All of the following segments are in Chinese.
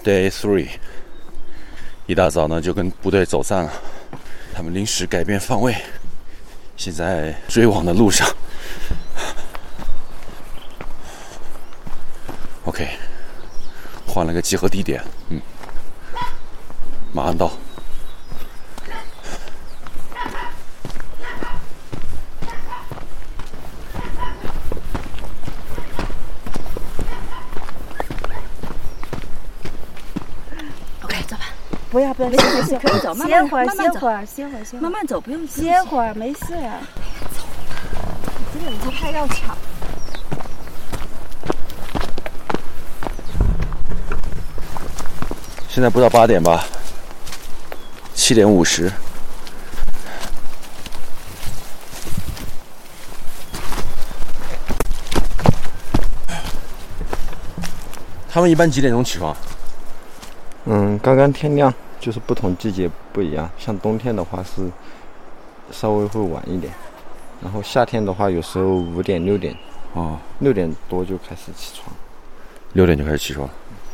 Day 3，一大早呢就跟部队走散了，他们临时改变方位，现在追往的路上。OK， 换了个集合地点，马上到。 不要，没事，可以走， 歇会儿， 慢慢走，不用歇会儿，没事啊。 走吧，这个不太要抢。 现在不到8点吧，7点50。他们一般几点钟起床？ 刚刚天亮，就是不同季节不一样。像冬天的话是稍微会晚一点，然后夏天的话有时候5点6点，6点多就开始起床。 6点就开始起床。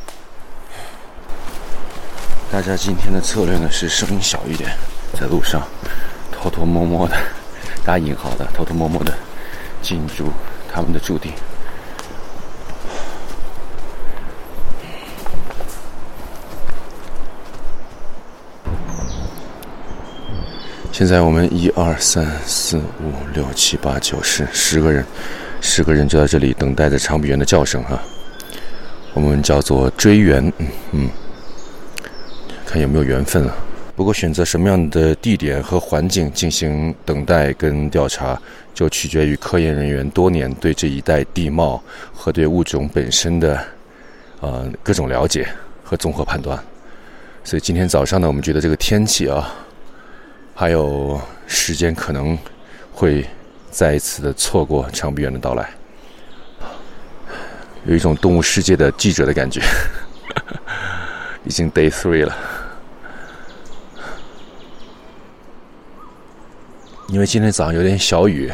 大家今天的策略呢是声音小一点，在路上偷偷摸摸的，打引号的偷偷摸摸的进入他们的驻地。现在我们1、2、3、4、5、6、7、8、9、10个人，10个人就在这里等待着长臂猿的叫声哈。我们叫做追缘，看有没有缘分啊。不过选择什么样的地点和环境进行等待跟调查，就取决于科研人员多年对这一带地貌和对物种本身的各种了解和综合判断。所以今天早上呢，我们觉得这个天气啊，还有时间可能会再一次的错过长臂猿的到来，有一种动物世界的记者的感觉。已经 Day 3了，因为今天早上有点小雨，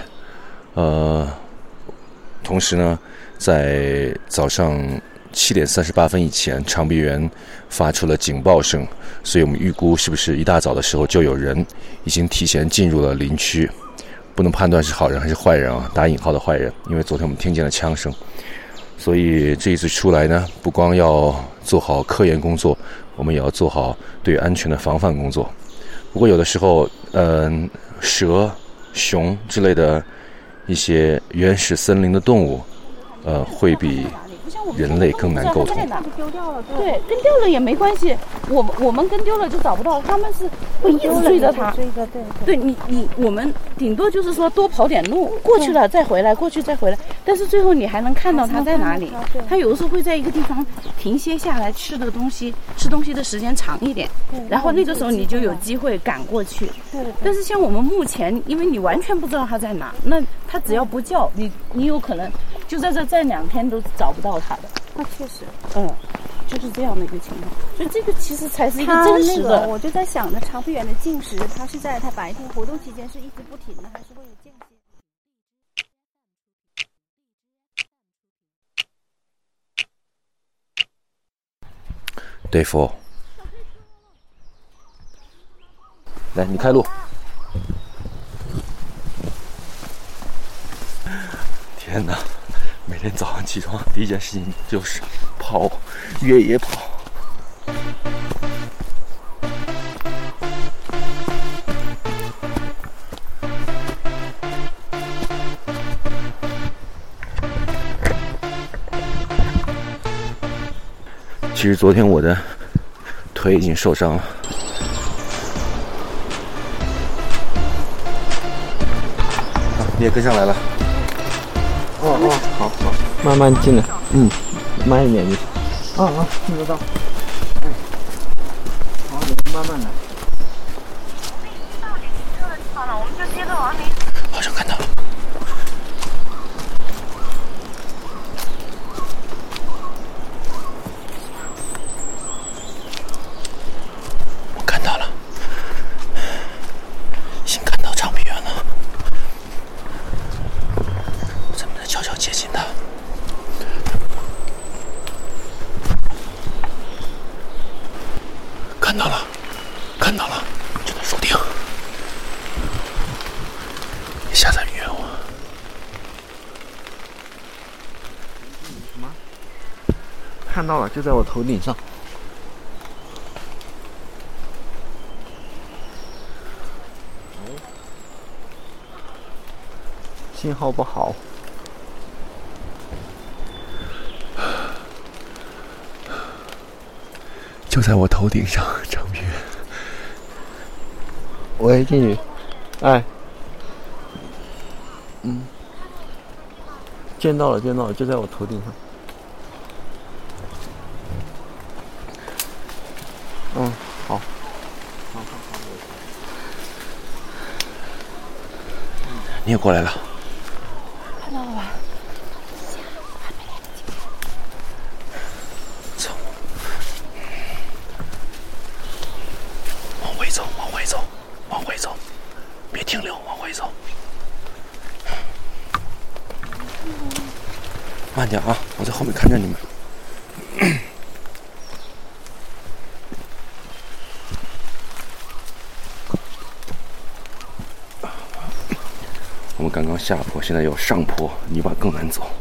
同时呢，在早上7点38分以前，长臂猿发出了警报声，所以我们预估是不是一大早的时候就有人已经提前进入了林区，不能判断是好人还是坏人啊，打引号的坏人，因为昨天我们听见了枪声，所以这一次出来呢，不光要做好科研工作，我们也要做好对安全的防范工作。不过有的时候，蛇、熊之类的一些原始森林的动物，会比人类更难沟通。 对，跟丢了也没关系，我们跟丢了就找不到，他们是会一直追着他。对你我们顶多就是说多跑点路，过去了再回来，过去再回来，但是最后你还能看到他在哪里。他有的时候会在一个地方停歇下来吃的东西，吃东西的时间长一点，然后那个时候你就有机会赶过去。但是像我们目前，因为你完全不知道他在哪，那他只要不叫你有可能就在这站2天都找不到他的。 那确实， 就是这样的一个情况，所以这个其实才是一个真实的。 我就在想着长臂猿的进食，它是在它白天活动期间是一直不停的，还是会有间 Day 歇 4，来，你开路。天哪！每天早上起床第一件事情就是跑，越野跑。其实昨天我的腿已经受伤了。你也跟上来了。好， 慢慢进来，慢一点就行。听得到。好，你们慢慢来。 到底停车的地方了，我们就接着往里。 好像看到了。我看到了，已经看到长臂猿了。咱们得悄悄接近它。 下的雨哦。 什么？看到了，就在我头顶上。信号不好。 就在我头顶上，长臂猿。 喂，金宇，哎，见到了，就在我头顶上。好。 你也过来了。 看到了吧？ 走，往回走，别停留，往回走。慢点啊，我在后面看着你们。我们刚刚下坡，现在有上坡，泥巴更难走。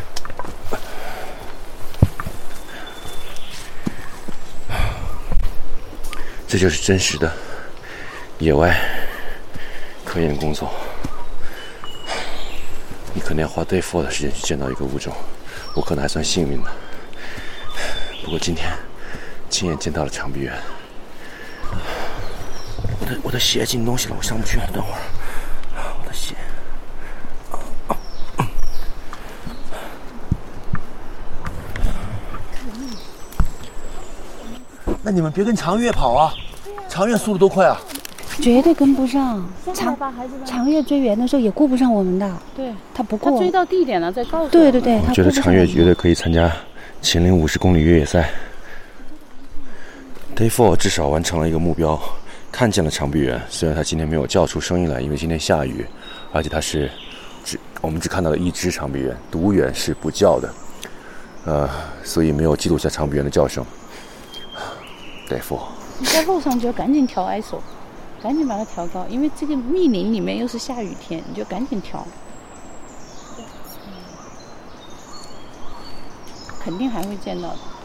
这就是真实的野外科研工作。你可能要花day 4的时间去见到一个物种，我可能还算幸运的。不过今天亲眼见到了长臂猿。我的鞋进东西了，我上不去了，等会儿。我的鞋。那你们别跟长月跑啊，长月速度多快啊！ 绝对跟不上。长月追猿的时候也顾不上我们的。对，他不顾。他追到地点了再告诉我。对， 我觉得长月绝对可以参加秦岭50公里越野赛。Day 4至少完成了一个目标，看见了长臂猿。虽然它今天没有叫出声音来，因为今天下雨，而且它是我们只看到了一只长臂猿，独猿是不叫的，所以没有记录下长臂猿的叫声。Day 4， 你在路上就要赶紧调 ISO， 赶紧把它调高，因为这个密林里面又是下雨天，你就赶紧调。肯定还会见到的。